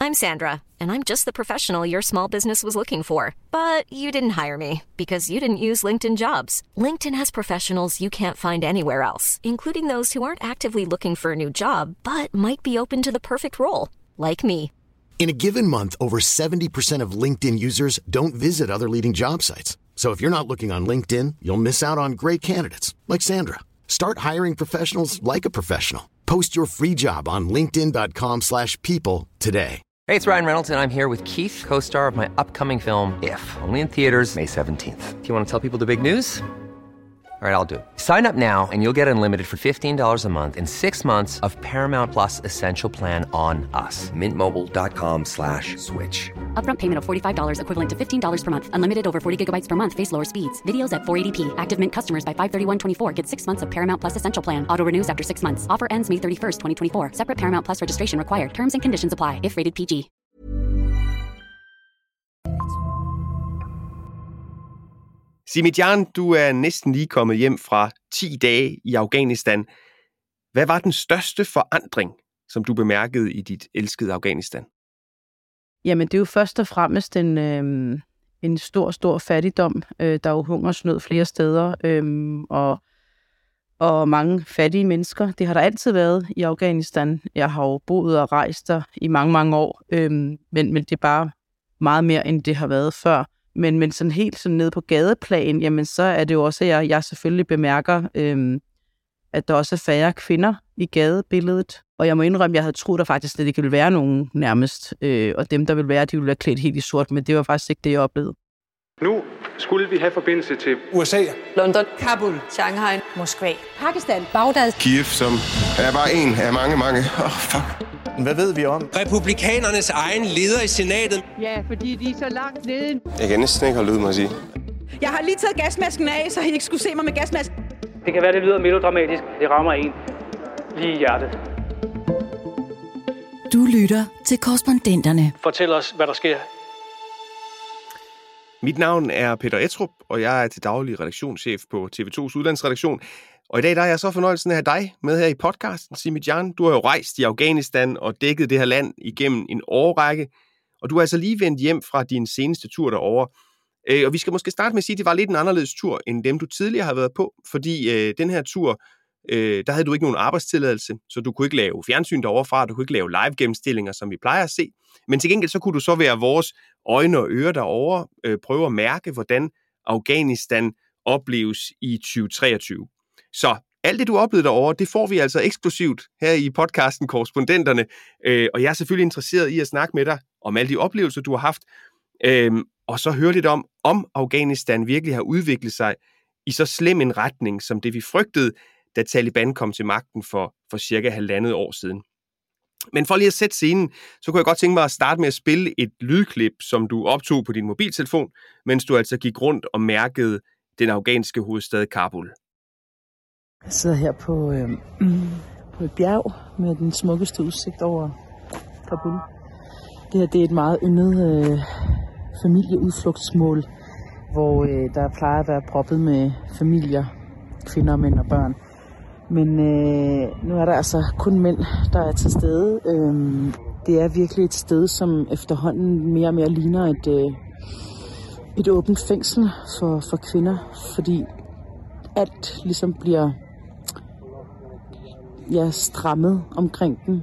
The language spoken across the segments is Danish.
I'm Sandra, and I'm just the professional your small business was looking for. But you didn't hire me because you didn't use LinkedIn Jobs. LinkedIn has professionals you can't find anywhere else, including those who aren't actively looking for a new job, but might be open to the perfect role, like me. In a given month, over 70% of LinkedIn users don't visit other leading job sites. So if you're not looking on LinkedIn, you'll miss out on great candidates like Sandra. Start hiring professionals like a professional. Post your free job on linkedin.com/people today. Hey, it's Ryan Reynolds, and I'm here with Keith, co-star of my upcoming film, If, only in theaters May 17th. Do you want to tell people the big news? All right, I'll do it. Sign up now and you'll get unlimited for $15 a month and 6 months of Paramount Plus Essential Plan on us. Mintmobile.com/switch. Upfront payment of $45 equivalent to $15 per month. Unlimited over 40 gigabytes per month. Face lower speeds. Videos at 480p. Active Mint customers by 531.24 get 6 months of Paramount Plus Essential Plan. Auto renews after 6 months. Offer ends May 31st, 2024. Separate Paramount Plus registration required. Terms and conditions apply if rated PG. Simi-Jan, du er næsten lige kommet hjem fra 10 dage i Afghanistan. Hvad var den største forandring, som du bemærkede i dit elskede Afghanistan? Jamen, det er jo først og fremmest en stor fattigdom. Der er jo hungersnød flere steder, og mange fattige mennesker. Det har der altid været i Afghanistan. Jeg har jo boet og rejst der i mange år, men det er bare meget mere, end det har været før. Men sådan helt sådan nede på gadeplan, jamen så er det jo også, at jeg selvfølgelig bemærker, at der også er færre kvinder i gadebilledet. Og jeg må indrømme, at jeg havde troet, der faktisk slet ikke ville være nogen nærmest. Og dem, der ville være, de ville være klædt helt i sort, men det var faktisk ikke det, jeg oplevede. Nu skulle vi have forbindelse til USA, London, Kabul, Shanghai, Moskva, Pakistan, Bagdad, Kiev, som er bare en af mange. Fuck. Hvad ved vi om? Republikanernes egen leder i senatet. Ja, fordi de er så langt nede. Jeg kan næsten ikke holde ud, må jeg sige. Jeg har lige taget gasmasken af, så I ikke skulle se mig med gasmasken. Det kan være, det lyder melodramatisk. Det rammer en lige i hjertet. Du lytter til Korrespondenterne. Fortæl os, hvad der sker. Mit navn er Peter Ettrup, og jeg er til daglig redaktionschef på TV2's udlandsredaktion. Og i dag der er jeg så fornøjelsen af at have dig med her i podcasten, Simi-Jan. Du har jo rejst i Afghanistan og dækket det her land igennem en årrække, og du er altså lige vendt hjem fra din seneste tur derovre. Og vi skal måske starte med at sige, at det var lidt en anderledes tur, end dem du tidligere har været på, fordi den her tur, der havde du ikke nogen arbejdstilladelse, så du kunne ikke lave fjernsyn deroverfra, du kunne ikke lave live-gennemstillinger, som vi plejer at se. Men til gengæld så kunne du så være vores øjne og ører derovre, prøve at mærke, hvordan Afghanistan opleves i 2023. Så alt det, du oplevede derovre, det får vi altså eksklusivt her i podcasten Korrespondenterne, og jeg er selvfølgelig interesseret i at snakke med dig om alle de oplevelser, du har haft, og så høre lidt om Afghanistan virkelig har udviklet sig i så slem en retning, som det vi frygtede, da Taliban kom til magten for cirka 1,5 år siden. Men for lige at sætte scenen, så kunne jeg godt tænke mig at starte med at spille et lydklip, som du optog på din mobiltelefon, mens du altså gik rundt og mærkede den afghanske hovedstad Kabul. Jeg sidder her på et bjerg med den smukkeste udsigt over Kabul. Det her det er et meget yndet familieudflugtsmål, hvor der plejer at være proppet med familier, kvinder, mænd og børn. Men nu er der altså kun mænd, der er til stede. Det er virkelig et sted, som efterhånden mere og mere ligner et åbent fængsel for kvinder, fordi alt ligesom bliver strammet omkring den,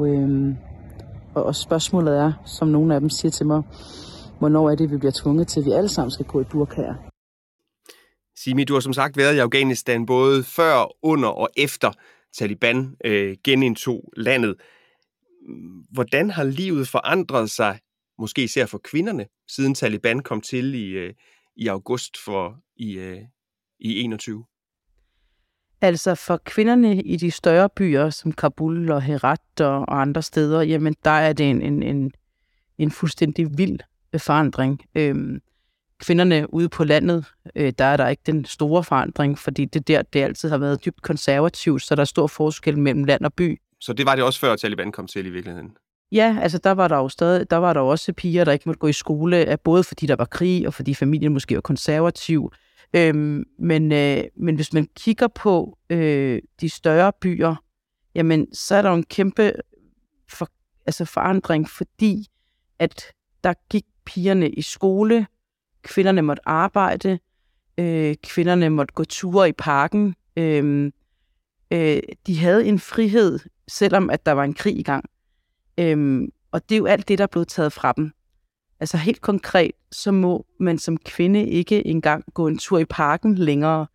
og spørgsmålet er, som nogle af dem siger til mig, hvornår er det, vi bliver tvunget til, at vi alle sammen skal gå i burkaer. Simi, du har som sagt været i Afghanistan både før, under og efter Taliban genindtog landet. Hvordan har livet forandret sig, måske især for kvinderne, siden Taliban kom til i august i 21? Altså for kvinderne i de større byer, som Kabul og Herat og andre steder, jamen der er det en fuldstændig vild forandring. Kvinderne ude på landet, der er der ikke den store forandring, fordi det altid har været dybt konservativt, så der er stor forskel mellem land og by. Så det var det også før Taliban kom til i virkeligheden? Ja, altså der var der også piger, der ikke måtte gå i skole, både fordi der var krig, og fordi familien måske var konservativ. Men hvis man kigger på de større byer, jamen så er der jo en kæmpe forandring, fordi at der gik pigerne i skole, kvinderne måtte arbejde, kvinderne måtte gå ture i parken. De havde en frihed, selvom at der var en krig i gang. Og det er jo alt det, der er blevet taget fra dem. Altså helt konkret, så må man som kvinde ikke engang gå en tur i parken længere.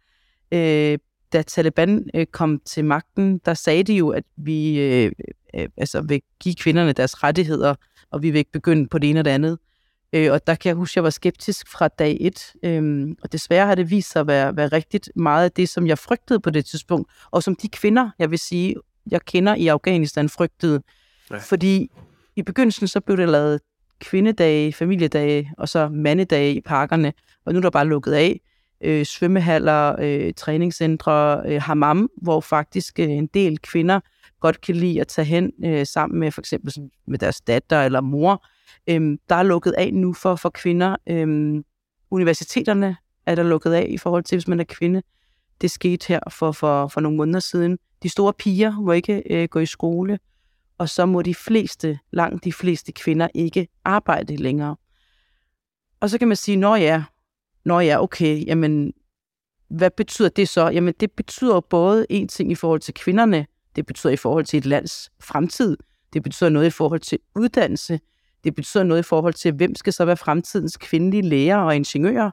Da Taliban kom til magten, der sagde de jo, at vi vil give kvinderne deres rettigheder, og vi vil ikke begynde på det ene og det andet. Og der kan jeg huske, at jeg var skeptisk fra dag 1. Og desværre har det vist sig at være rigtigt meget af det, som jeg frygtede på det tidspunkt, og som de kvinder, jeg vil sige, jeg kender i Afghanistan, frygtede. Ja. Fordi i begyndelsen så blev det lavet kvindedage, familiedage og så mandedage i parkerne, og nu er der bare lukket af. Svømmehaller, træningscentre, hammam, hvor faktisk en del kvinder godt kan lide at tage hen sammen med for eksempel med deres datter eller mor. Der er lukket af nu for kvinder. Universiteterne er der lukket af i forhold til, hvis man er kvinde. Det skete her for nogle måneder siden. De store piger må ikke gå i skole, og så må langt de fleste kvinder ikke arbejde længere. Og så kan man sige, nå ja, okay, jamen, hvad betyder det så? Jamen, det betyder både en ting i forhold til kvinderne, det betyder i forhold til et lands fremtid, det betyder noget i forhold til uddannelse, det betyder noget i forhold til, hvem skal så være fremtidens kvindelige læger og ingeniører,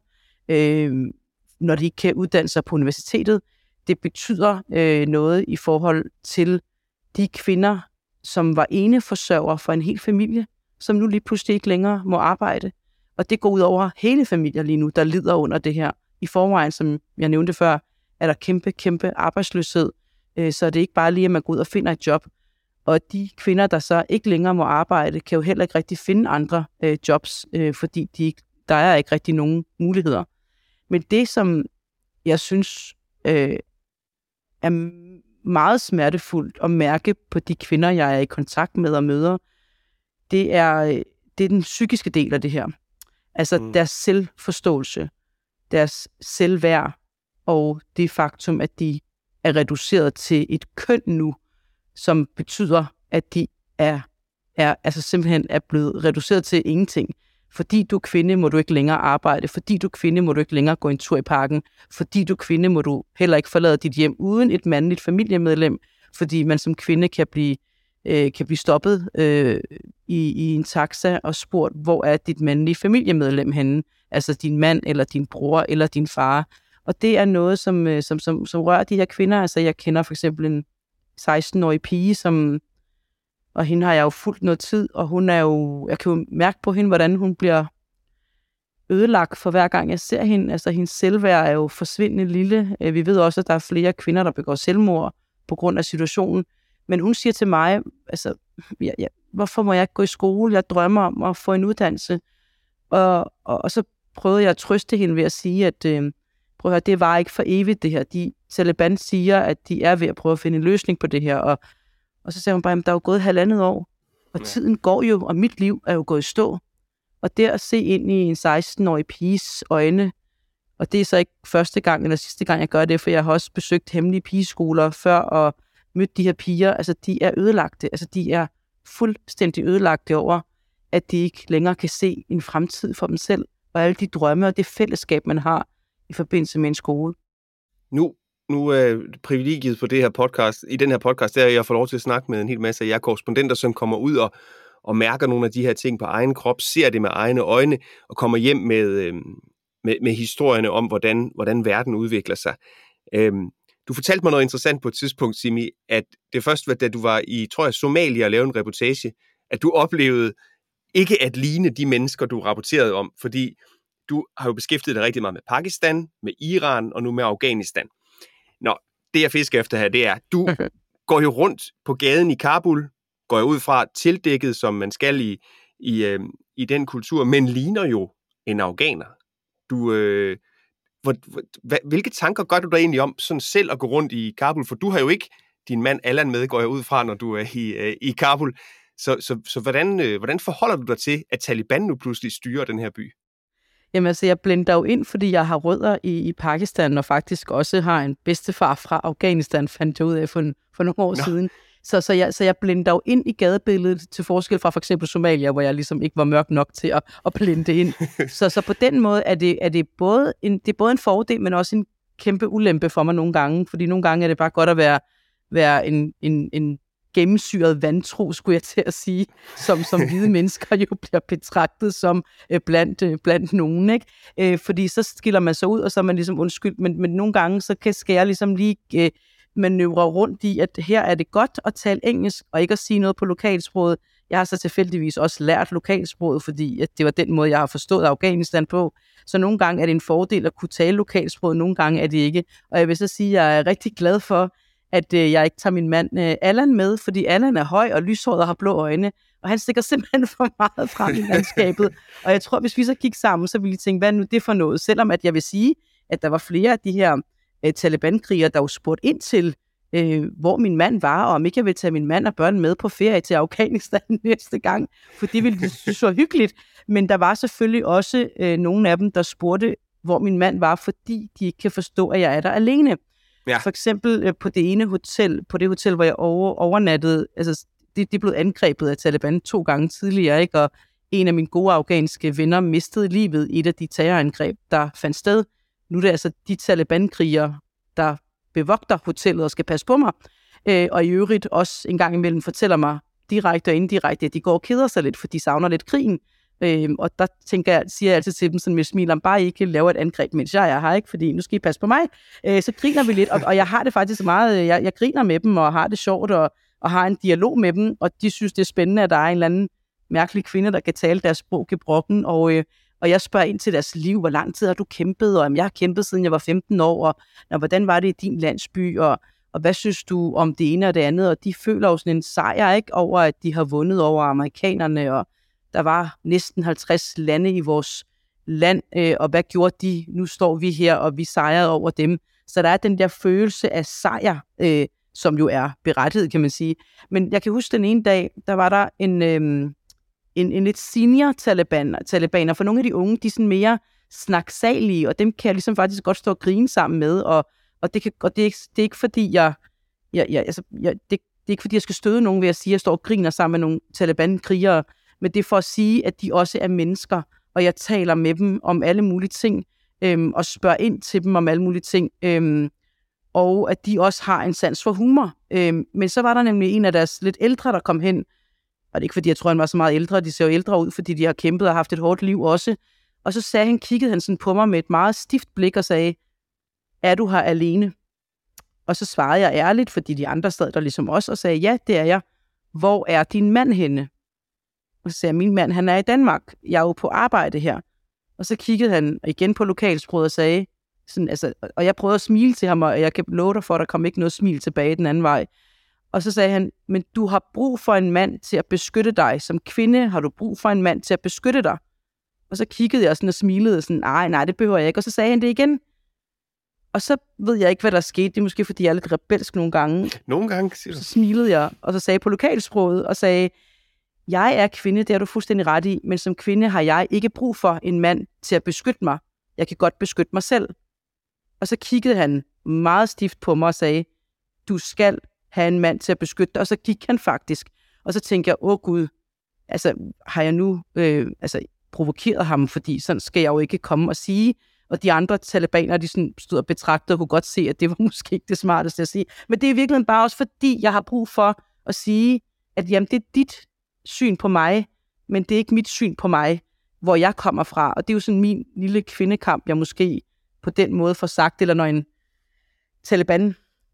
når de ikke kan uddanne sig på universitetet. Det betyder noget i forhold til de kvinder, som var eneforsørger for en hel familie, som nu lige pludselig ikke længere må arbejde. Og det går ud over hele familier lige nu, der lider under det her. I forvejen, som jeg nævnte før, er der kæmpe arbejdsløshed. Så det er ikke bare lige, at man går ud og finder et job. Og de kvinder, der så ikke længere må arbejde, kan jo heller ikke rigtig finde andre jobs, fordi der er ikke rigtig nogen muligheder. Men det, som jeg synes er meget smertefuldt at mærke på de kvinder, jeg er i kontakt med og møder, det er den psykiske del af det her. Altså deres selvforståelse, deres selvværd og det faktum, at de er reduceret til et køn nu, som betyder, at de altså simpelthen er blevet reduceret til ingenting. Fordi du er kvinde, må du ikke længere arbejde. Fordi du er kvinde, må du ikke længere gå en tur i parken. Fordi du er kvinde, må du heller ikke forlade dit hjem uden et mandligt familiemedlem. Fordi man som kvinde kan blive stoppet i en taxa og spurgt, hvor er dit mandlige familiemedlem henne? Altså din mand, eller din bror, eller din far. Og det er noget, som rører de her kvinder. Altså jeg kender for eksempel en 16-årig pige, og hende har jeg jo fulgt noget tid, og hun er jo, jeg kan jo mærke på hende, hvordan hun bliver ødelagt for hver gang jeg ser hende. Altså hendes selvværd er jo forsvindende lille. Vi ved også, at der er flere kvinder, der begår selvmord på grund af situationen. Men hun siger til mig, altså, hvorfor må jeg ikke gå i skole? Jeg drømmer om at få en uddannelse. Og så prøvede jeg at trøste hende ved at sige, at prøv at høre, det var ikke for evigt det her. Taliban siger, at de er ved at prøve at finde en løsning på det her. Og så sagde hun bare, at der er jo gået 1,5 år, og tiden går jo, og mit liv er jo gået i stå. Og der at se ind i en 16-årig piges øjne, og det er så ikke første gang eller sidste gang, jeg gør det, for jeg har også besøgt hemmelige pigeskoler før, og mødt de her piger, altså de er ødelagte, altså de er fuldstændig ødelagte over, at de ikke længere kan se en fremtid for dem selv, og alle de drømme og det fællesskab, man har i forbindelse med en skole. Nu er privilegiet på det her podcast, i den her podcast, der jeg får lov til at snakke med en hel masse af jer korrespondenter, som kommer ud og mærker nogle af de her ting på egen krop, ser det med egne øjne, og kommer hjem med historierne om, hvordan verden udvikler sig. Du fortalte mig noget interessant på et tidspunkt, Simi, at det først var, da du var i, tror jeg, Somalia og lavede en reportage, at du oplevede ikke at ligne de mennesker, du rapporterede om, fordi du har jo beskæftiget dig rigtig meget med Pakistan, med Iran og nu med Afghanistan. Nå, det jeg fisker efter her, det er, du går jo rundt på gaden i Kabul, går jeg ud fra tildækket, som man skal i den kultur, men ligner jo en afghaner. Hvilke tanker gør du dig egentlig om sådan selv at gå rundt i Kabul? For du har jo ikke din mand Allan med, går jeg ud fra, når du er i Kabul. Så hvordan forholder du dig til, at Taliban nu pludselig styrer den her by? Jamen altså, jeg blender jo ind, fordi jeg har rødder i Pakistan, og faktisk også har en bedstefar fra Afghanistan, fandt jeg ud af for nogle år siden. Så jeg blender jo ind i gadebilledet til forskel fra for eksempel Somalia, hvor jeg ligesom ikke var mørk nok til at blende ind. Så på den måde er det både en fordel, men også en kæmpe ulempe for mig nogle gange, fordi nogle gange er det bare godt at være en gennemsyret vantro, skulle jeg til at sige, som hvide mennesker jo bliver betragtet som blandt nogen, ikke? Fordi så skiller man sig ud, og så er man ligesom undskyld, men nogle gange så skal jeg ligesom lige manøvre rundt i, at her er det godt at tale engelsk, og ikke at sige noget på lokalsproget. Jeg har så tilfældigvis også lært lokalsproget, fordi at det var den måde, jeg har forstået Afghanistan på. Så nogle gange er det en fordel at kunne tale lokalsproget, nogle gange er det ikke. Og jeg vil så sige, at jeg er rigtig glad for, at jeg ikke tager min mand Allan med, fordi Allan er høj og lyshåret og har blå øjne, og han stikker simpelthen for meget frem i landskabet. Og jeg tror, hvis vi så kigger sammen, så vil I tænke, hvad nu det for noget? Selvom at jeg vil sige, at der var flere af de her Taliban-krigere, der jo spurgte ind til, hvor min mand var, og om ikke jeg vil tage min mand og børn med på ferie til Afghanistan næste gang, for det ville de synes var hyggeligt. Men der var selvfølgelig også nogle af dem, der spurgte, hvor min mand var, fordi de ikke kan forstå, at jeg er der alene. Ja. For eksempel på det hotel, hvor jeg overnattede, altså det blev angrebet af Taliban 2 gange tidligere, ikke? Og en af mine gode afghanske venner mistede livet i et af de terrorangreb, der fandt sted. Nu er det altså de Taliban-krigere, der bevogter hotellet og skal passe på mig, og i øvrigt også en gang imellem fortæller mig direkte og indirekte, at de går og keder sig lidt, for de savner lidt krigen. Og der siger jeg altid til dem sådan med smil, om bare I ikke laver et angreb, mens jeg er her, ikke? Fordi nu skal I passe på mig. Så griner vi lidt, og jeg har det faktisk meget, jeg griner med dem, og har det sjovt, og har en dialog med dem, og de synes, det er spændende, at der er en eller anden mærkelig kvinde, der kan tale deres sprog gebrokken, og jeg spørger ind til deres liv, hvor lang tid har du kæmpet, og jeg har kæmpet siden jeg var 15 år, og hvordan var det i din landsby, og hvad synes du om det ene og det andet, og de føler jo sådan en sejr, ikke, over at de har vundet over amerikanerne, og der var næsten 50 lande i vores land, og hvad gjorde de? Nu står vi her, og vi sejrede over dem. Så der er den der følelse af sejr, som jo er berettiget, kan man sige. Men jeg kan huske den ene dag, der var der en lidt senior talibaner, for nogle af de unge, de er sådan mere snaksalige, og dem kan jeg ligesom faktisk godt stå og grine sammen med, og det er ikke fordi det er ikke fordi jeg skal støde nogen ved at sige, at jeg står og griner sammen med nogle Taliban-krigere, men det er for at sige, at de også er mennesker, og jeg taler med dem om alle mulige ting, og spørger ind til dem om alle mulige ting, og at de også har en sans for humor. Men så var der nemlig en af deres lidt ældre, der kom hen, og det er ikke fordi, jeg tror, han var så meget ældre, de ser jo ældre ud, fordi de har kæmpet og haft et hårdt liv også, og så kiggede han sådan på mig med et meget stift blik og sagde, er du her alene? Og så svarede jeg ærligt, fordi de andre sad der ligesom os, og sagde, ja, det er jeg. Hvor er din mand henne? Og så sagde jeg, min mand, han er i Danmark. Jeg er jo på arbejde her. Og så kiggede han igen på lokalsproget og sagde, sådan, altså, og jeg prøvede at smile til ham, og jeg kan love dig for, at der kom ikke noget smil tilbage den anden vej. Og så sagde han, men du har brug for en mand til at beskytte dig. Som kvinde har du brug for en mand til at beskytte dig. Og så kiggede jeg sådan og smilede sådan, nej, det behøver jeg ikke. Og så sagde han det igen. Og så ved jeg ikke, hvad der skete. Det er måske, fordi jeg er lidt rebelsk nogle gange. Nogle gange, siger du. Så smilede jeg, og så sagde jeg på lokalsproget, og sagde, jeg er kvinde, det har du fuldstændig ret i, men som kvinde har jeg ikke brug for en mand til at beskytte mig. Jeg kan godt beskytte mig selv. Og så kiggede han meget stift på mig og sagde, du skal have en mand til at beskytte dig. Og så gik han faktisk. Og så tænkte jeg, Gud, altså har jeg nu provokeret ham, fordi sådan skal jeg jo ikke komme og sige. Og de andre talibaner, de sådan stod og betragtede og kunne godt se, at det var måske ikke det smarteste at sige. Men det er virkelig bare også fordi, jeg har brug for at sige, at jamen, det er dit syn på mig, men det er ikke mit syn på mig, hvor jeg kommer fra. Og det er jo sådan min lille kvindekamp, jeg måske på den måde får sagt, eller når en Taliban,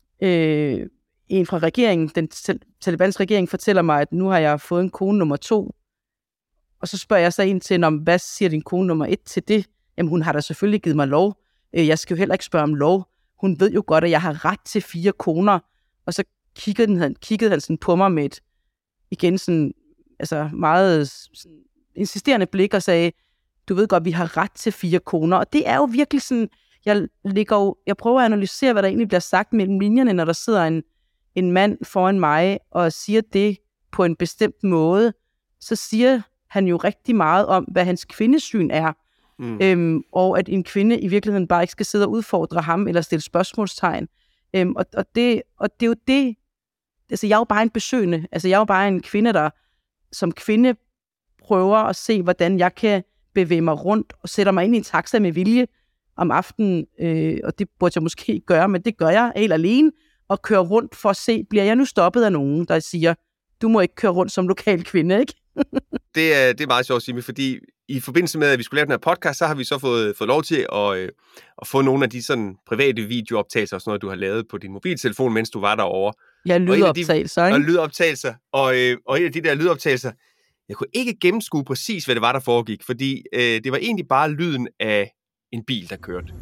en fra regeringen, den Talibans regering fortæller mig, at nu har jeg fået en kone nummer 2, og så spørger jeg så ind til, hvad siger din kone nummer 1 til det? Jamen, hun har da selvfølgelig givet mig lov. Jeg skal jo heller ikke spørge om lov. Hun ved jo godt, at jeg har ret til 4 koner. Og så kiggede han sådan på mig med et, igen sådan, altså meget sådan, insisterende blik og sagde, du ved godt, vi har ret til 4 koner. Og det er jo virkelig sådan, jeg prøver at analysere, hvad der egentlig bliver sagt mellem linjerne, når der sidder en mand foran mig og siger det på en bestemt måde, så siger han jo rigtig meget om, hvad hans kvindesyn er. Og at en kvinde i virkeligheden bare ikke skal sidde og udfordre ham eller stille spørgsmålstegn. Og det er jo det, Altså, jeg er jo bare en besøgende. Altså, jeg er jo bare en kvinde, der som kvinde prøver at se, hvordan jeg kan bevæge mig rundt og sætter mig ind i en taxa med vilje om aftenen. Og det burde jeg måske ikke gøre, men det gør jeg helt alene. Og kører rundt for at se, bliver jeg nu stoppet af nogen, der siger, du må ikke køre rundt som lokal kvinde, ikke? Det er meget sjovt, Simi, fordi i forbindelse med, at vi skulle lave den her podcast, så har vi så fået lov til at få nogle af de sådan private videooptagelser og sådan noget, du har lavet på din mobiltelefon, mens du var derovre. Ja, lydoptagelser, ikke? Og lydoptagelser. Og en af de der lydoptagelser, jeg kunne ikke gennemskue præcis, hvad det var, der foregik, fordi det var egentlig bare lyden af en bil, der kørte.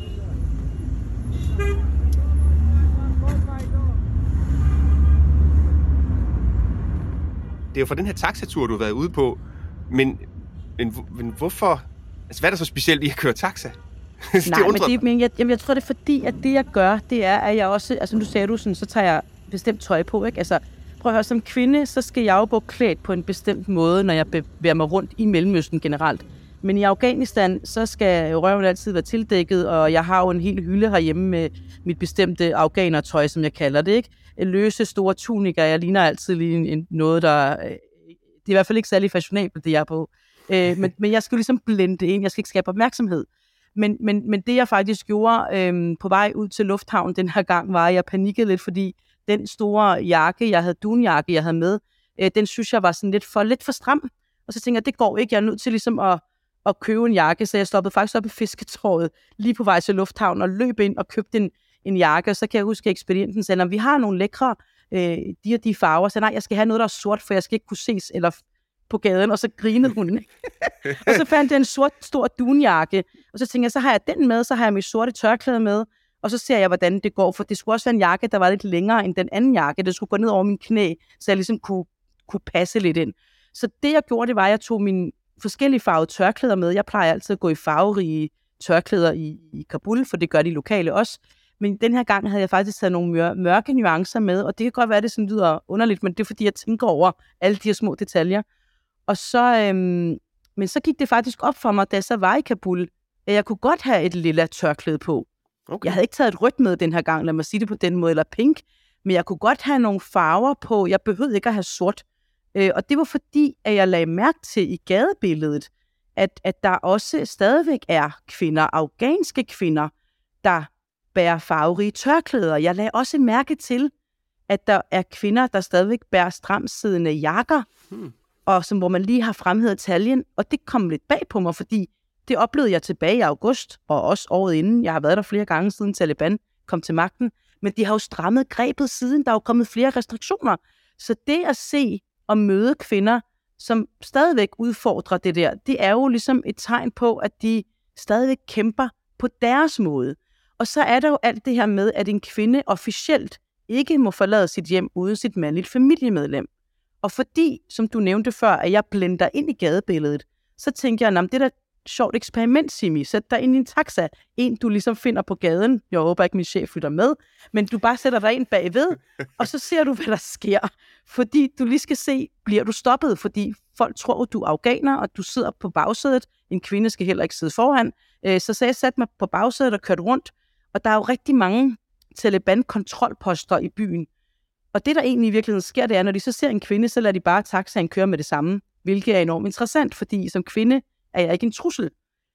Det er jo fra den her taxatur, du har været ude på, men hvorfor? Altså, hvad er der så specielt i at køre taxa? Jeg tror, det er fordi, at det, jeg gør, det er, at jeg også... Altså, nu sagde du sådan, så tager jeg bestemt tøj på, ikke? Altså, prøv at høre, som kvinde, så skal jeg jo bo klædt på en bestemt måde, når jeg bevæger mig rundt i Mellemøsten generelt. Men i Afghanistan, så skal røven altid være tildækket, og jeg har jo en hel hylde herhjemme med mit bestemte afghanertøj, som jeg kalder det, ikke? Løse store tunikker, jeg ligner altid lige noget, der... Det er i hvert fald ikke særlig fashionabelt, det jeg er på. Men jeg skal ligesom blende ind, jeg skal ikke skabe opmærksomhed. Men det, jeg faktisk gjorde på vej ud til lufthavnen den her gang, var, at jeg panikkede lidt, fordi den store dunjakke, jeg havde med, den synes jeg var sådan lidt for stram. Og så tænkte jeg, det går ikke, jeg er nødt til ligesom at købe en jakke, så jeg stoppede faktisk op i Fisketåret lige på vej til lufthavnen og løb ind og købte en jakke, og så kan jeg huske, at ekspedienten sagde, vi har nogle lækre de og de farver, så nej, jeg skal have noget, der er sort, for jeg skal ikke kunne ses eller på gaden, og så grinede hun. Og så fandt jeg en stor dunjakke, og så tænkte jeg, så har jeg den med, så har jeg mit sorte tørklæde med, og så ser jeg, hvordan det går, for det skulle også være en jakke, der var lidt længere end den anden jakke, det skulle gå ned over min knæ, så jeg ligesom kunne passe lidt ind. Så det, jeg gjorde, det var, at jeg tog mine forskellige farvede tørklæder med. Jeg plejer altid at gå i farverige tørklæder i Kabul, for det gør de lokale også. Men den her gang havde jeg faktisk taget nogle mørke nuancer med, og det kan godt være, at det sådan lyder underligt, men det er fordi, jeg tænker over alle de her små detaljer. Og så, men så gik det faktisk op for mig, da jeg så var i Kabul, at jeg kunne godt have et lilla tørklæde på. Okay. Jeg havde ikke taget et rødt med den her gang, lad mig sige det på den måde, eller pink, men jeg kunne godt have nogle farver på. Jeg behøvede ikke at have sort. Og det var fordi, at jeg lagde mærke til i gadebilledet, at der også stadigvæk er kvinder, afghanske kvinder, der bærer farverige tørklæder. Jeg lagde også mærke til, at der er kvinder, der stadigvæk bærer stramsiddende jakker, og hvor man lige har fremhævet taljen, og det kom lidt bag på mig, fordi det oplevede jeg tilbage i august, og også året inden. Jeg har været der flere gange siden Taliban kom til magten, men de har jo strammet grebet siden, der er jo kommet flere restriktioner. Så det at se og møde kvinder, som stadigvæk udfordrer det der, det er jo ligesom et tegn på, at de stadigvæk kæmper på deres måde. Og så er der jo alt det her med, at en kvinde officielt ikke må forlade sit hjem uden sit mandligt familiemedlem. Og fordi, som du nævnte før, at jeg blender ind i gadebilledet, så tænker jeg, det er da et sjovt eksperiment, Simi. Sæt dig ind i en taxa. En, du ligesom finder på gaden. Jeg håber ikke, min chef lytter med. Men du bare sætter dig ind bagved, og så ser du, hvad der sker. Fordi du lige skal se, bliver du stoppet? Fordi folk tror, at du er afghaner, og du sidder på bagsædet. En kvinde skal heller ikke sidde foran. Så jeg satte mig på bagsædet og kørte rundt. Og der er jo rigtig mange Taliban-kontrolposter i byen. Og det, der egentlig i virkeligheden sker, det er, når de så ser en kvinde, så lader de bare taxaen køre med det samme. Hvilket er enormt interessant, fordi som kvinde er jeg ikke en trussel.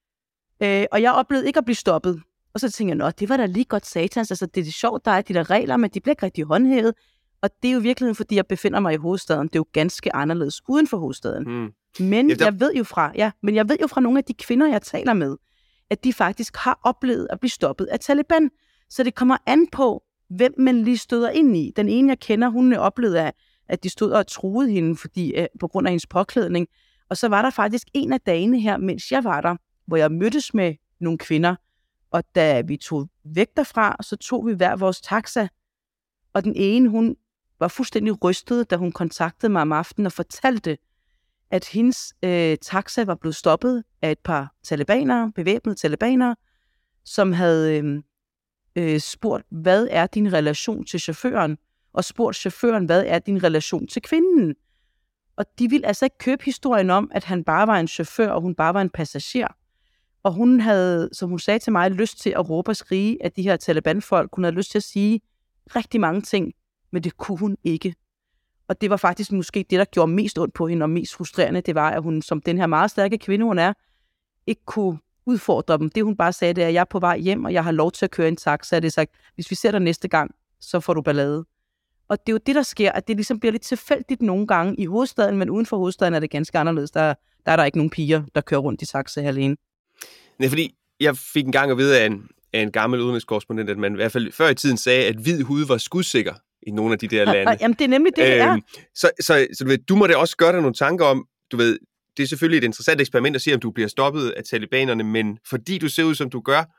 Og jeg oplevede ikke at blive stoppet. Og så tænkte jeg, det var da lige godt satans. Altså, det er sjovt, der er de der regler, men de bliver ikke rigtig håndhævet. Og det er jo i virkeligheden, fordi jeg befinder mig i hovedstaden. Det er jo ganske anderledes uden for hovedstaden. Men jeg ved jo fra nogle af de kvinder, jeg taler med, at de faktisk har oplevet at blive stoppet af Taliban. Så det kommer an på, hvem man lige støder ind i. Den ene, jeg kender, hun oplevede, at de stod og truede hende på grund af hendes påklædning. Og så var der faktisk en af dagene her, mens jeg var der, hvor jeg mødtes med nogle kvinder. Og da vi tog væk derfra, så tog vi hver vores taxa. Og den ene, hun var fuldstændig rystet, da hun kontaktede mig om aftenen og fortalte, at hendes taxa var blevet stoppet af et par bevæbnede talibanere, som havde spurgt, hvad er din relation til chaufføren? Og spurgt chaufføren, hvad er din relation til kvinden? Og de ville altså ikke købe historien om, at han bare var en chauffør, og hun bare var en passager. Og hun havde, som hun sagde til mig, lyst til at råbe og skrige af de her Taliban-folk. Hun havde lyst til at sige rigtig mange ting men det kunne hun ikke. Og det var faktisk måske det, der gjorde mest ondt på hende, og mest frustrerende, det var, at hun, som den her meget stærke kvinde, hun er, ikke kunne udfordre dem. Det hun bare sagde, det er, at jeg er på vej hjem, og jeg har lov til at køre en taxa. Så det sagt, hvis vi ser dig næste gang, så får du ballade. Og det er jo det, der sker, at det ligesom bliver lidt tilfældigt nogle gange i hovedstaden, men uden for hovedstaden er det ganske anderledes. Der er der ikke nogen piger, der kører rundt i taxa alene. Nej, fordi jeg fik engang at vide af en gammel udenrigskorrespondent, at man i hvert fald før i tiden sagde, at hvid hud var skudsikker i nogle af de der lande. Jamen, det er nemlig det, det er. Så du ved, du må da også gøre dig nogle tanker om, du ved, det er selvfølgelig et interessant eksperiment at se, om du bliver stoppet af talibanerne, men fordi du ser ud, som du gør,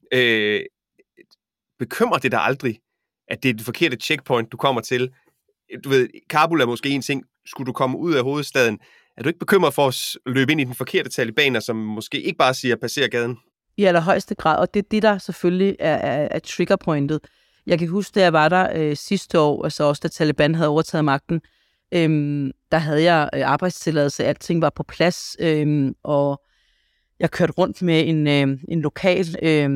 bekymrer det dig aldrig, at det er det forkerte checkpoint, du kommer til. Du ved, Kabul er måske en ting, skulle du komme ud af hovedstaden, er du ikke bekymret for at løbe ind i den forkerte talibaner, som måske ikke bare siger, passer gaden? I allerhøjeste grad, og det er det, der selvfølgelig er triggerpointet. Jeg kan huske, da jeg var der sidste år, altså også da Taliban havde overtaget magten, der havde jeg arbejdstilladelse, alting var på plads, og jeg kørte rundt med en lokal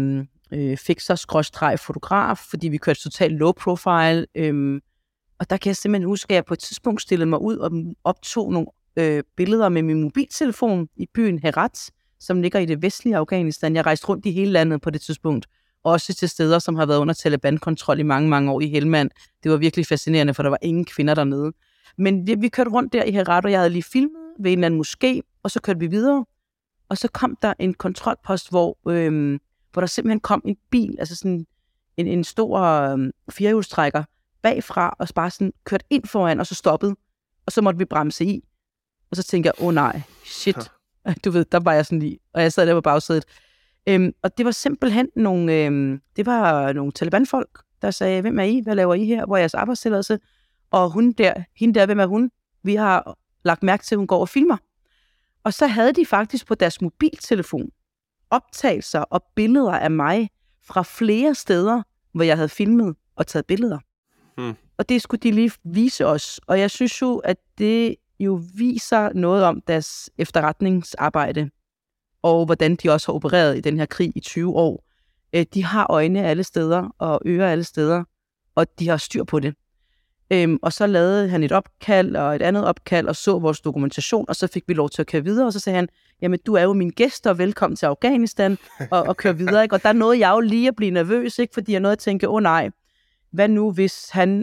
fixer-fotograf, fordi vi kørte totalt low profile, og der kan jeg simpelthen huske, at jeg på et tidspunkt stillede mig ud og optog nogle billeder med min mobiltelefon i byen Herat, som ligger i det vestlige Afghanistan. Jeg rejste rundt i hele landet på det tidspunkt, også til steder, som har været under Taliban-kontrol i mange, mange år i Helmand. Det var virkelig fascinerende, for der var ingen kvinder dernede. Men vi kørte rundt der i Herat, og jeg havde lige filmet ved en eller anden moské, og så kørte vi videre. Og så kom der en kontrolpost, hvor der simpelthen kom en bil, altså sådan en stor firehjulstrækker bagfra, og bare sådan kørte ind foran, og så stoppede. Og så måtte vi bremse i. Og så tænkte jeg, nej, shit. Du ved, der var jeg sådan lige, og jeg sad der på bagsædet. Og det var simpelthen nogle Taliban-folk, der sagde, hvem er I? Hvad laver I her? Hvor er jeres arbejdstilladelse? Og hende der, hvem er hun? Vi har lagt mærke til, at hun går og filmer. Og så havde de faktisk på deres mobiltelefon optagelser og billeder af mig fra flere steder, hvor jeg havde filmet og taget billeder. Og det skulle de lige vise os. Og jeg synes jo, at det jo viser noget om deres efterretningsarbejde, og hvordan de også har opereret i den her krig i 20 år. De har øjne alle steder, og ører alle steder, og de har styr på det. Og så lavede han et opkald, og et andet opkald, og så vores dokumentation, og så fik vi lov til at køre videre, og så sagde han, jamen du er jo min gæst, og velkommen til Afghanistan, og køre videre, ikke? Og der nåede jeg jo lige at blive nervøs, ikke? Fordi jeg nåede at tænke, nej, hvad nu hvis han...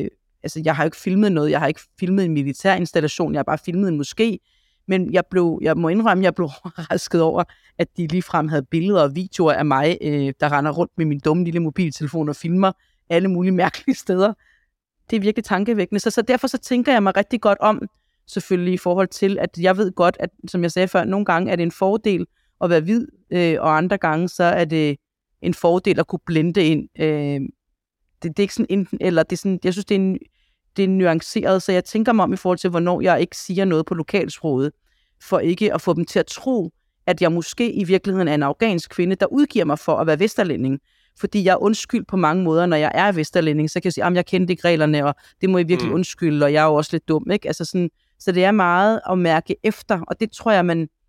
jeg har jo ikke filmet noget, jeg har ikke filmet en militær installation, jeg har bare filmet en moské, men jeg må indrømme, jeg blev overrasket over, at de ligefrem havde billeder og videoer af mig, der render rundt med min dumme lille mobiltelefon og filmer alle mulige mærkelige steder. Det er virkelig tankevækkende, så derfor så tænker jeg mig rigtig godt om, selvfølgelig i forhold til, at jeg ved godt, at som jeg sagde før, nogle gange er det en fordel at være hvid, og andre gange så er det en fordel at kunne blende ind. Det er ikke sådan enten eller, det er sådan, jeg synes, det er nuanceret, så jeg tænker mig om i forhold til, hvornår jeg ikke siger noget på lokalsproget, for ikke at få dem til at tro, at jeg måske i virkeligheden er en afghansk kvinde, der udgiver mig for at være vesterlænding. Fordi jeg er undskyld på mange måder, når jeg er vesterlænding, så kan jeg sige, at jeg kendte ikke reglerne, og det må I virkelig undskylde, og jeg er jo også lidt dum, ikke? Altså sådan, så det er meget at mærke efter, og det tror jeg,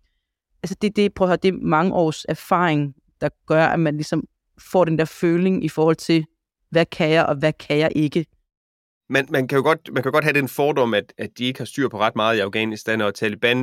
prøv at høre, det er mange års erfaring, der gør, at man ligesom får den der føling i forhold til, hvad kan jeg, og hvad kan jeg ikke? Man kan jo godt have den fordom, at de ikke har styr på ret meget i Afghanistan, og Taliban,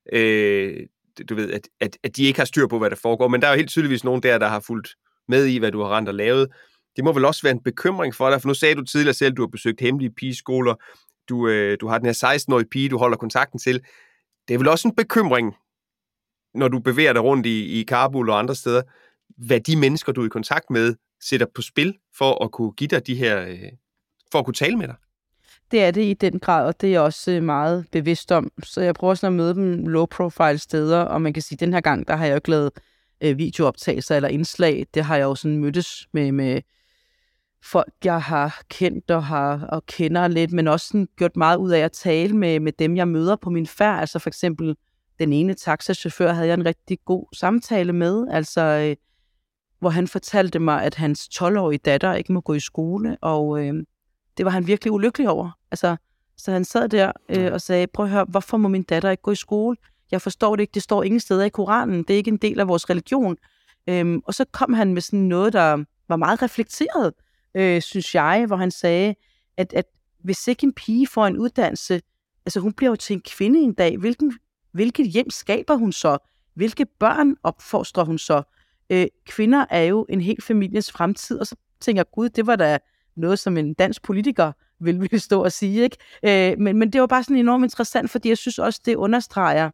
du ved, at de ikke har styr på, hvad der foregår. Men der er jo helt tydeligvis nogen der har fulgt med i, hvad du har rendt og lavet. Det må vel også være en bekymring for dig, for nu sagde du tidligere selv, at du har besøgt hemmelige pigeskoler. Du har den her 16-årige pige, du holder kontakten til. Det er vel også en bekymring, når du bevæger dig rundt i Kabul og andre steder, hvad de mennesker, du er i kontakt med, sætter på spil for at kunne give dig de her... for at kunne tale med dig? Det er det i den grad, og det er jeg også meget bevidst om. Så jeg prøver sådan at møde dem low-profile steder, og man kan sige, at den her gang, der har jeg jo ikke lavet videooptagelser eller indslag. Det har jeg jo sådan mødtes med folk, jeg har kendt og kender lidt, men også sådan gjort meget ud af at tale med dem, jeg møder på min færd. Altså for eksempel den ene taxachauffør havde jeg en rigtig god samtale med, altså hvor han fortalte mig, at hans 12-årige datter ikke må gå i skole, og det var han virkelig ulykkelig over. Altså, så han sad der og sagde, prøv at høre, hvorfor må min datter ikke gå i skole? Jeg forstår det ikke, det står ingen steder i Koranen, det er ikke en del af vores religion. Og så kom han med sådan noget, der var meget reflekteret, synes jeg, hvor han sagde, at hvis ikke en pige får en uddannelse, altså hun bliver jo til en kvinde en dag, hvilket hjem skaber hun så? Hvilke børn opfostrer hun så? Kvinder er jo en hel families fremtid, og så tænker jeg, gud, det var da noget, som en dansk politiker ville stå og sige, ikke? Men det var bare sådan enormt interessant, fordi jeg synes også, det understreger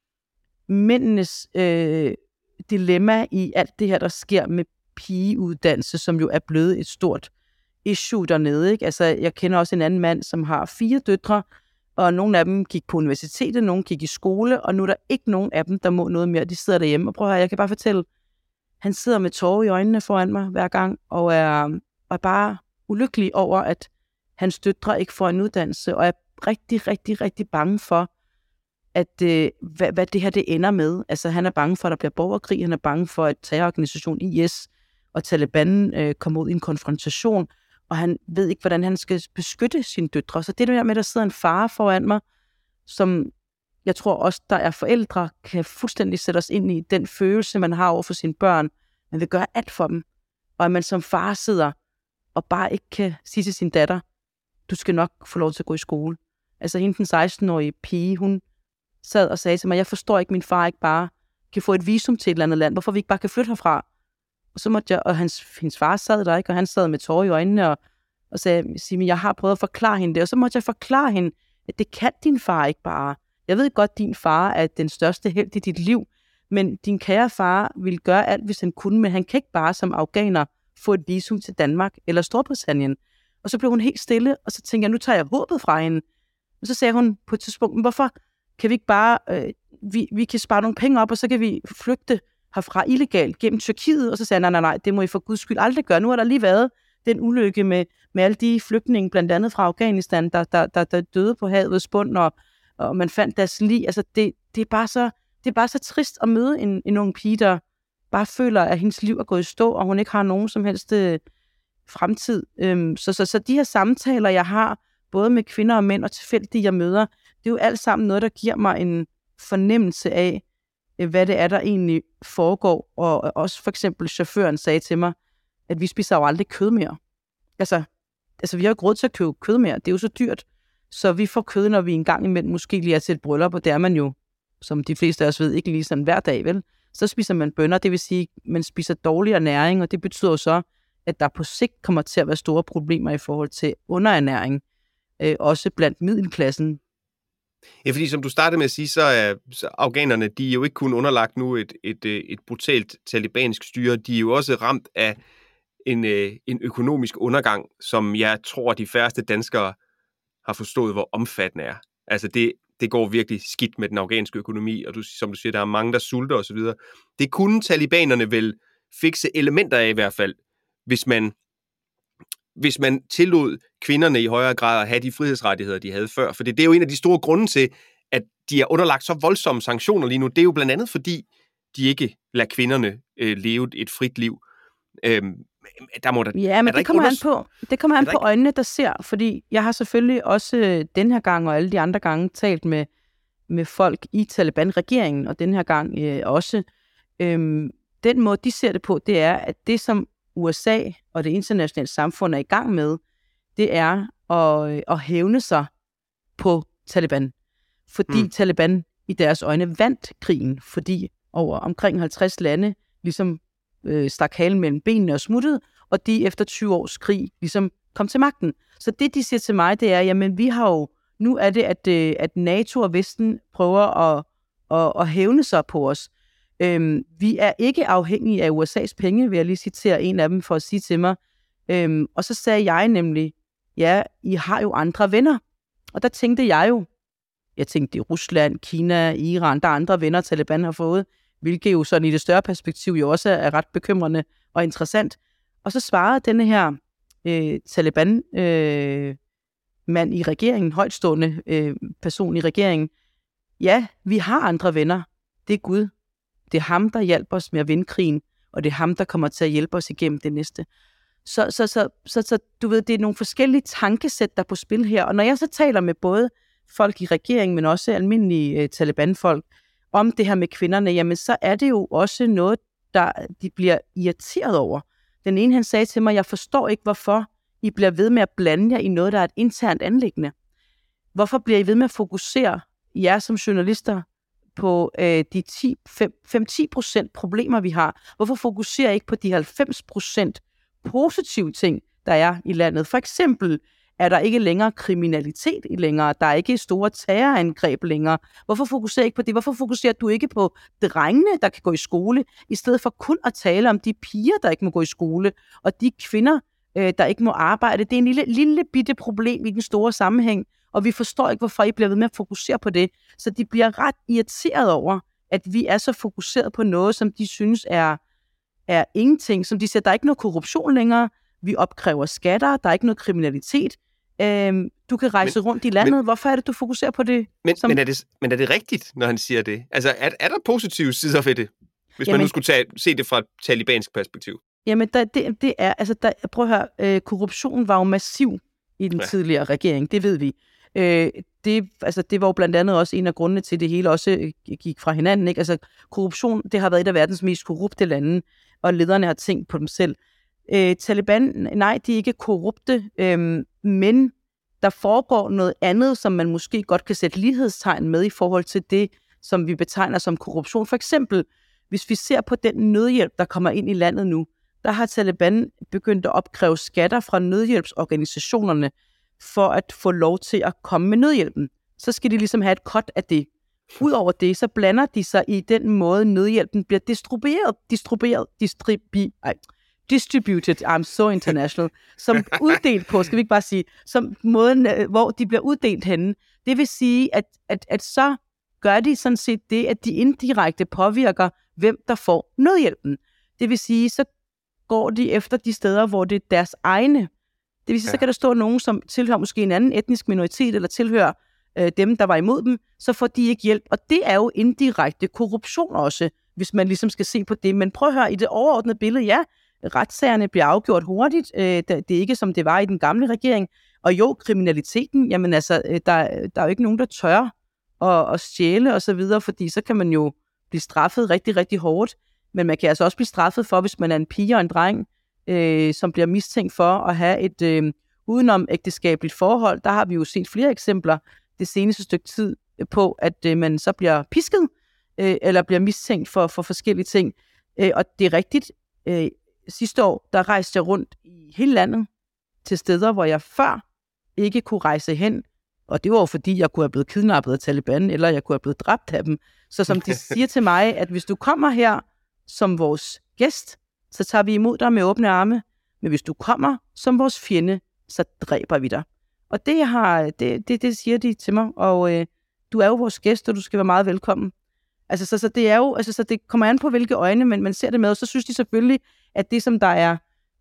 mændenes dilemma i alt det her, der sker med pigeuddannelse, som jo er blevet et stort issue dernede, ikke? Altså, jeg kender også en anden mand, som har 4 døtre, og nogle af dem gik på universitetet, nogle gik i skole, og nu er der ikke nogen af dem, der må noget mere. De sidder derhjemme, og prøv at høre, jeg kan bare fortælle, han sidder med tårer i øjnene foran mig hver gang, og er bare ulykkelig over, at hans døtre ikke får en uddannelse, og er rigtig, rigtig, rigtig bange for, at hvad det her det ender med. Altså, han er bange for, at der bliver borgerkrig, han er bange for, at terrororganisationen IS og Taliban kommer ud i en konfrontation, og han ved ikke, hvordan han skal beskytte sine døtre. Så det der med, at der sidder en far foran mig, som jeg tror også, der er forældre, kan fuldstændig sætte os ind i den følelse, man har over for sine børn. Man vil gøre alt for dem. Og at man som far sidder og bare ikke kan sige til sin datter, du skal nok få lov til at gå i skole. Altså hende, den 16-årige pige, hun sad og sagde til mig, jeg forstår ikke, min far ikke bare kan få et visum til et eller andet land. Hvorfor vi ikke bare kan flytte herfra? Og så måtte jeg, og hendes far sad der, ikke? Og han sad med tårer i øjnene og sagde, Signe, jeg har prøvet at forklare hende det. Og så måtte jeg forklare hende, at det kan din far ikke bare. Jeg ved godt, din far er den største helt i dit liv, men din kære far ville gøre alt, hvis han kunne, men han kan ikke bare som afghaner få et visum til Danmark eller Storbritannien. Og så blev hun helt stille, og så tænkte jeg, nu tager jeg håbet fra hende. Og så sagde hun på et tidspunkt, hvorfor kan vi ikke bare, vi kan spare nogle penge op, og så kan vi flygte herfra illegalt gennem Tyrkiet. Og så sagde jeg, nej, det må I for Guds skyld aldrig gøre. Nu har der lige været den ulykke med alle de flygtninge, blandt andet fra Afghanistan, der døde på havets bund, og man fandt deres lig. Altså, det er bare så trist at møde en ung pige, der bare føler, at hendes liv er gået i stå, og hun ikke har nogen som helst fremtid. Så de her samtaler, jeg har, både med kvinder og mænd og tilfældige, jeg møder, det er jo alt sammen noget, der giver mig en fornemmelse af, hvad det er, der egentlig foregår. Og også for eksempel chaufføren sagde til mig, at vi spiser jo aldrig kød mere. Altså vi har jo ikke råd til at købe kød mere. Det er jo så dyrt. Så vi får kød, når vi engang imellem måske lige er til et bryllup, og det er man jo, som de fleste af os ved, ikke lige sådan hver dag, vel? Så spiser man bønner, det vil sige, at man spiser dårligere næring, og det betyder jo så, at der på sigt kommer til at være store problemer i forhold til underernæring, også blandt middelklassen. Ja, fordi som du startede med at sige, så er afghanerne, de er jo ikke kun underlagt nu et brutalt talibansk styre, de er jo også ramt af en økonomisk undergang, som jeg tror, de færreste danskere har forstået, hvor omfattende er. Altså det går virkelig skidt med den afghanske økonomi, og som du siger, der er mange, der sulter osv. Det kunne talibanerne vel fikse elementer af i hvert fald, hvis man tillod kvinderne i højere grad at have de frihedsrettigheder, de havde før. For det er jo en af de store grunde til, at de er underlagt så voldsomme sanktioner lige nu. Det er jo blandt andet, fordi de ikke lader kvinderne leve et frit liv. Der må der, ja, men det kommer an på øjnene, der ser. Fordi jeg har selvfølgelig også den her gang og alle de andre gange talt med folk i Taliban-regeringen, og den her gang også. Den måde, de ser det på, det er, at det som USA og det internationale samfund er i gang med, det er at hævne sig på Taliban. Fordi Taliban i deres øjne vandt krigen, fordi over omkring 50 lande ligesom stak halen mellem benene og smuttede, og de efter 20 års krig ligesom kom til magten. Så det, de siger til mig, det er, jamen vi har jo, nu er det, at NATO og Vesten prøver at hævne sig på os. Vi er ikke afhængige af USA's penge, vil jeg lige citere en af dem for at sige til mig. Og så sagde jeg nemlig, ja, I har jo andre venner. Og der tænkte jeg tænkte Rusland, Kina, Iran, der er andre venner, Taliban har fået, hvilket jo sådan i det større perspektiv jo også er ret bekymrende og interessant. Og så svarede denne her Taliban-mand i regeringen, højtstående person i regeringen, ja, vi har andre venner. Det er Gud. Det er ham, der hjælper os med at vinde krigen, og det er ham, der kommer til at hjælpe os igennem det næste. Så du ved, det er nogle forskellige tankesæt, der er på spil her. Og når jeg så taler med både folk i regeringen, men også almindelige Taliban-folk, om det her med kvinderne, jamen så er det jo også noget, der de bliver irriteret over. Den ene, han sagde til mig, jeg forstår ikke, hvorfor I bliver ved med at blande jer i noget, der er et internt anliggende? Hvorfor bliver I ved med at fokusere jer som journalister på de 5-10% problemer, vi har? Hvorfor fokuserer I ikke på de 90% positive ting, der er i landet? For eksempel er der ikke længere kriminalitet længere, der er ikke store terrorangreb længere. Hvorfor fokuserer I ikke på det? Hvorfor fokuserer du ikke på drengene, der kan gå i skole, i stedet for kun at tale om de piger, der ikke må gå i skole, og de kvinder, der ikke må arbejde? Det er en lille bitte problem i den store sammenhæng, og vi forstår ikke, hvorfor I bliver ved med at fokusere på det. Så de bliver ret irriteret over, at vi er så fokuseret på noget, som de synes er ingenting. Som de siger, der er ikke noget korruption længere, vi opkræver skatter, der er ikke noget kriminalitet. Du kan rejse rundt i landet. Hvorfor er det, du fokuserer på det? Men er det rigtigt, når han siger det? Altså, er der positive sider ved det? Hvis man nu skulle se det fra et talibansk perspektiv. Jamen, det er... Altså, prøv at høre. Korruption var jo massiv i den tidligere regering. Det ved vi. Det var jo blandt andet også en af grundene til, det hele også gik fra hinanden. Ikke? Altså, korruption, det har været et af verdens mest korrupte lande, og lederne har tænkt på dem selv. Taliban, nej, de er ikke korrupte, men der foregår noget andet, som man måske godt kan sætte lighedstegn med i forhold til det, som vi betegner som korruption. For eksempel, hvis vi ser på den nødhjælp, der kommer ind i landet nu, der har Taliban begyndt at opkræve skatter fra nødhjælpsorganisationerne for at få lov til at komme med nødhjælpen. Så skal de ligesom have et cut af det. Udover det, så blander de sig i den måde, nødhjælpen bliver distributed, I'm so international, som uddelt på, skal vi ikke bare sige, som måden, hvor de bliver uddelt henne. Det vil sige, at så gør de sådan set det, at de indirekte påvirker, hvem der får nødhjælpen. Det vil sige, så går de efter de steder, hvor det er deres egne. Det vil sige, så kan der stå nogen, som tilhører måske en anden etnisk minoritet, eller tilhører dem, der var imod dem, så får de ikke hjælp. Og det er jo indirekte korruption også, hvis man ligesom skal se på det. Men prøv at høre, i det overordnede billede, ja, retssagerne bliver afgjort hurtigt. Det er ikke, som det var i den gamle regering. Og jo, kriminaliteten, jamen altså, der er jo ikke nogen, der tør at stjæle og så videre, fordi så kan man jo blive straffet rigtig, rigtig hårdt. Men man kan altså også blive straffet for, hvis man er en pige og en dreng, som bliver mistænkt for at have et udenom ægteskabeligt forhold. Der har vi jo set flere eksempler det seneste stykke tid på, at man så bliver pisket, eller bliver mistænkt for forskellige ting. Og det er rigtigt. Sidste år, der rejste jeg rundt i hele landet til steder, hvor jeg før ikke kunne rejse hen. Og det var jo fordi, jeg kunne have blevet kidnappet af Taliban, eller jeg kunne have blevet dræbt af dem. Så som de siger til mig, at hvis du kommer her som vores gæst, så tager vi imod dig med åbne arme. Men hvis du kommer som vores fjende, så dræber vi dig. Og det siger de til mig. Og du er jo vores gæst, og du skal være meget velkommen. Altså, så det er jo, altså, så det kommer an på, hvilke øjne man ser det med, og så synes de selvfølgelig, at det, som der er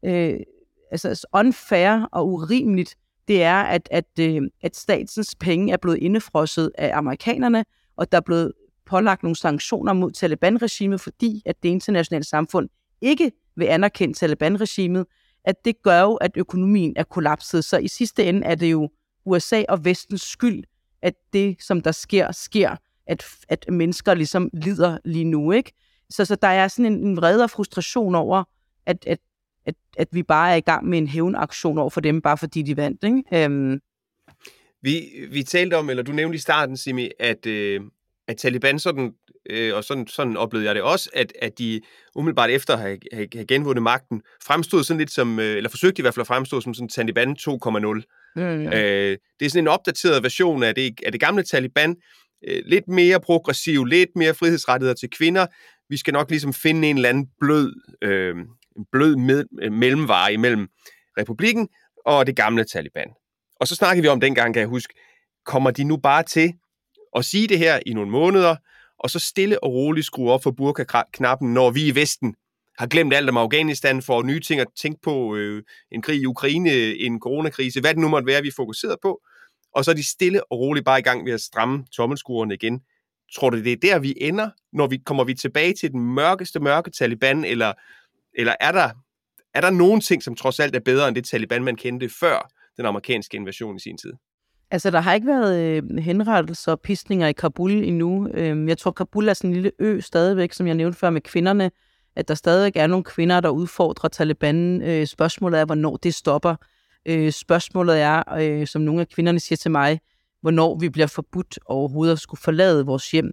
unfair og urimeligt, det er, at statens penge er blevet indefrosset af amerikanerne, og der er blevet pålagt nogle sanktioner mod Taliban-regimet, fordi at det internationale samfund ikke vil anerkende Taliban-regimet, at det gør jo, at økonomien er kollapset. Så i sidste ende er det jo USA og Vestens skyld, at det, som der sker, at mennesker ligesom lider lige nu, ikke? Så der er sådan en vrede og frustration over, at vi bare er i gang med en hævnaktion over for dem, bare fordi de vandt, ikke? Vi talte om, eller du nævnte i starten, Simi, at Taliban sådan, og sådan oplevede jeg det også, at de umiddelbart efter at have genvundet magten, fremstod sådan lidt som, eller forsøgte i hvert fald at fremstå som sådan Taliban 2.0. Det er sådan en opdateret version af det gamle Taliban, lidt mere progressiv, lidt mere frihedsrettigheder til kvinder. Vi skal nok ligesom finde en eller anden blød mellemvare imellem republikken og det gamle Taliban. Og så snakkede vi om dengang, kan jeg huske, kommer de nu bare til at sige det her i nogle måneder, og så stille og roligt skrue op for burka-knappen, når vi i Vesten har glemt alt om Afghanistan, for nye ting at tænke på, en krig i Ukraine, en coronakrise, hvad det nu måtte være, vi er fokuseret på, og så er de stille og roligt bare i gang med at stramme tommelskruerne igen. Tror du, det er der, vi ender, når kommer vi tilbage til den mørke Taliban, eller er der nogle ting, som trods alt er bedre end det Taliban, man kendte før den amerikanske invasion i sin tid? Altså, der har ikke været henrettelser og piskninger i Kabul endnu. Jeg tror, Kabul er sådan en lille ø stadigvæk, som jeg nævnte før med kvinderne, at der stadigvæk er nogle kvinder, der udfordrer Taliban. Spørgsmålet er, hvornår det stopper. Spørgsmålet er, som nogle af kvinderne siger til mig, hvornår vi bliver forbudt overhovedet at skulle forlade vores hjem.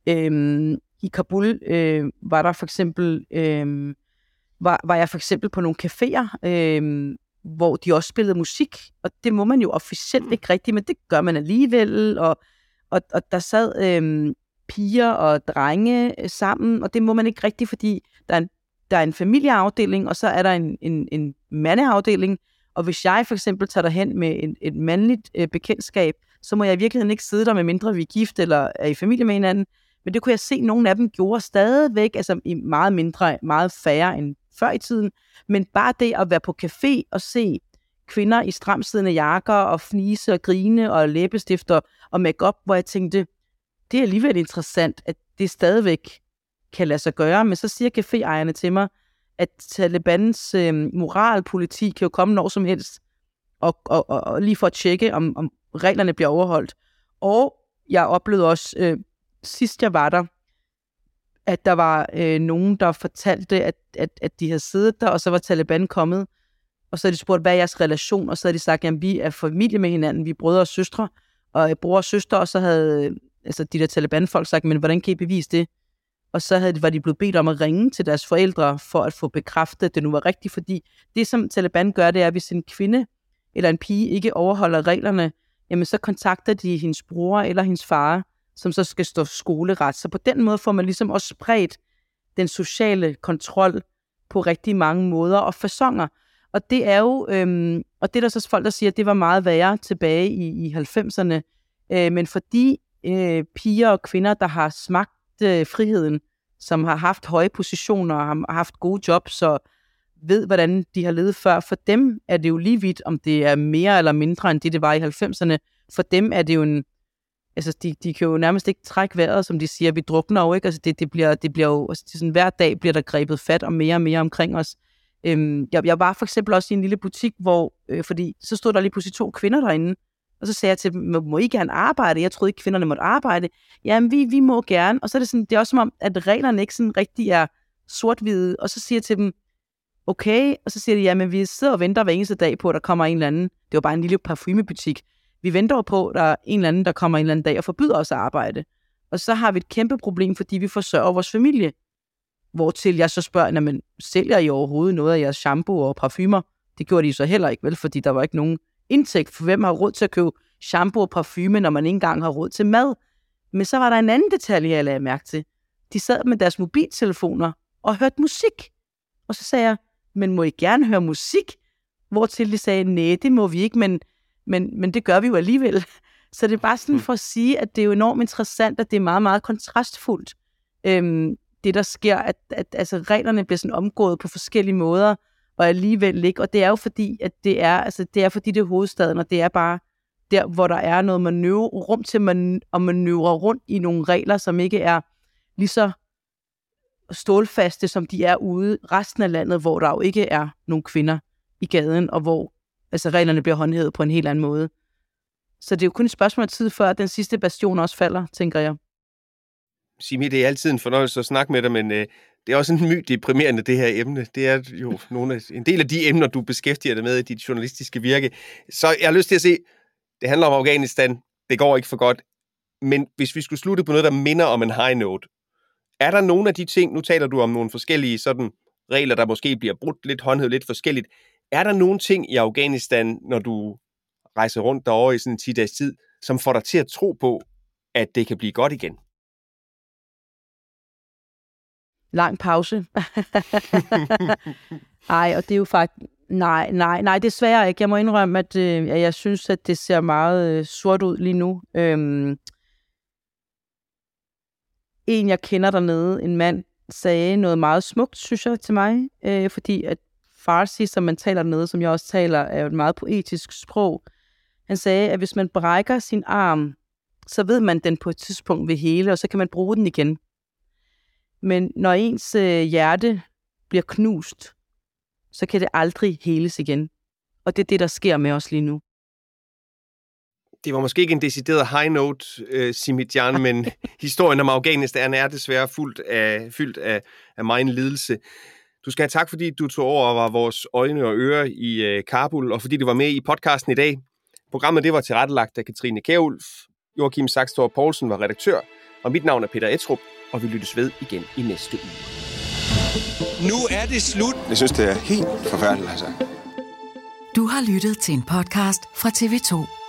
I Kabul var der for eksempel var jeg for eksempel på nogle caféer, hvor de også spillede musik, og det må man jo officielt ikke rigtigt, men det gør man alligevel, og der sad piger og drenge sammen, og det må man ikke rigtigt, fordi der er en familieafdeling, og så er der en mandeafdeling, og hvis jeg for eksempel tager derhen med et mandligt bekendtskab, så må jeg i virkeligheden ikke sidde der, med mindre vi er gift eller er i familie med hinanden. Men det kunne jeg se, at nogle af dem gjorde stadigvæk, altså i meget mindre, meget færre end før i tiden. Men bare det at være på café og se kvinder i stramsiddende jakker og fnise og grine og læbestifter og make-up, hvor jeg tænkte, det er alligevel interessant, at det stadigvæk kan lade sig gøre. Men så siger caféejerne til mig, at Talibans moralpolitik kan jo komme når som helst, og lige for at tjekke, om reglerne bliver overholdt. Og jeg oplevede også, sidst jeg var der, at der var nogen, der fortalte, at de havde siddet der, og så var Taliban kommet, og så havde de spurgt, hvad er jeres relation? Og så havde de sagt, at vi er familie med hinanden, vi er brødre og søstre, og bror og søster, og så havde de der Taliban-folk sagt, men hvordan kan I bevise det? Og så var de blevet bedt om at ringe til deres forældre, for at få bekræftet, at det nu var rigtigt, fordi det, som Taliban gør, det er, at hvis en kvinde eller en pige ikke overholder reglerne, jamen så kontakter de hendes bror eller hendes far, som så skal stå skoleret. Så på den måde får man ligesom også spredt den sociale kontrol på rigtig mange måder og faconer. Og det er jo, og det er der så folk, der siger, at det var meget værre tilbage i 90'erne. Men fordi piger og kvinder, der har smagt friheden, som har haft høje positioner og har haft gode jobs og ved, hvordan de har levet før, for dem er det jo lige vidt, om det er mere eller mindre end det var i 90'erne. For dem er det jo altså de kan jo nærmest ikke trække vejret, som de siger, vi drukner jo ikke, altså det bliver jo, altså det sådan, hver dag bliver der grebet fat og mere omkring os. Jeg var for eksempel også i en lille butik, hvor, fordi så stod der lige pludselig 2 kvinder derinde, og så sagde jeg til dem, må I gerne arbejde? Jeg troede ikke, kvinderne måtte arbejde. Jamen, vi må gerne. Og så er det sådan, det er også som om, at reglerne ikke sådan rigtig er sort-hvide. Og så siger jeg til dem, okay, og så siger de, jamen, vi sidder og venter hver eneste dag på, at der kommer en eller anden. Det var bare en lille parfumebutik. Vi venter jo på, at der er en eller anden, der kommer en eller anden dag og forbyder os at arbejde. Og så har vi et kæmpe problem, fordi vi forsørger vores familie. Hvortil jeg så spørger, men sælger I overhovedet noget af jeres shampoo og parfumer? Det gjorde de så heller ikke, vel? Fordi der var ikke nogen indtægt, for hvem har råd til at købe shampoo og parfume, når man ikke engang har råd til mad. Men så var der en anden detalje, jeg lagde mærke til. De sad med deres mobiltelefoner og hørte musik. Og så sagde jeg, men må I gerne høre musik? Hvortil de sagde, nej, det må vi ikke, men det gør vi jo alligevel. Så det er bare sådan for at sige, at det er jo enormt interessant, at det er meget, meget kontrastfuldt. Det, der sker, at altså, reglerne bliver sådan omgået på forskellige måder, og alligevel ikke. Og det er jo fordi, at det er fordi det er hovedstaden, og det er bare der, hvor der er noget rum til at manøvrere rundt i nogle regler, som ikke er lige så stålfaste, som de er ude resten af landet, hvor der jo ikke er nogen kvinder i gaden, og hvor altså, reglerne bliver håndhævet på en helt anden måde. Så det er jo kun et spørgsmål af tid, før den sidste bastion også falder, tænker jeg. Simi, det er altid en fornøjelse at snakke med dig, men det er også en my deprimerende, det her emne. Det er jo en del af de emner, du beskæftiger dig med i dit journalistiske virke. Så jeg har lyst til at se, det handler om Afghanistan, det går ikke for godt, men hvis vi skulle slutte på noget, der minder om en high note, er der nogle af de ting, nu taler du om nogle forskellige sådan regler, der måske bliver brudt lidt, håndhævet lidt forskelligt, er der nogle ting i Afghanistan, når du rejser rundt derovre i sådan en 10-dages tid, som får dig til at tro på, at det kan blive godt igen? Lang pause. Ej, og det er jo faktisk... Nej, desværre ikke. Jeg må indrømme, at jeg synes, at det ser meget sort ud lige nu. En, jeg kender dernede, en mand, sagde noget meget smukt, synes jeg, til mig. Fordi at Farsi, som man taler dernede, som jeg også taler, er jo et meget poetisk sprog. Han sagde, at hvis man brækker sin arm, så ved man den på et tidspunkt vil hele, og så kan man bruge den igen. Men når ens hjerte bliver knust, så kan det aldrig heles igen. Og det er det, der sker med os lige nu. Det var måske ikke en decideret high note, Simi-Jan, men historien om Afghanistan er desværre fyldt af megen lidelse. Du skal have tak, fordi du tog over og var vores øjne og ører i Kabul, og fordi du var med i podcasten i dag. Programmet det var tilrettelagt af Katrine Kjærulf. Joachim Saxtorp Poulsen var redaktør, og mit navn er Peter Etrup, og vi lyttes ved igen i næste uge. Nu er det slut. Jeg synes, det er helt forfærdeligt, altså. Du har lyttet til en podcast fra TV2.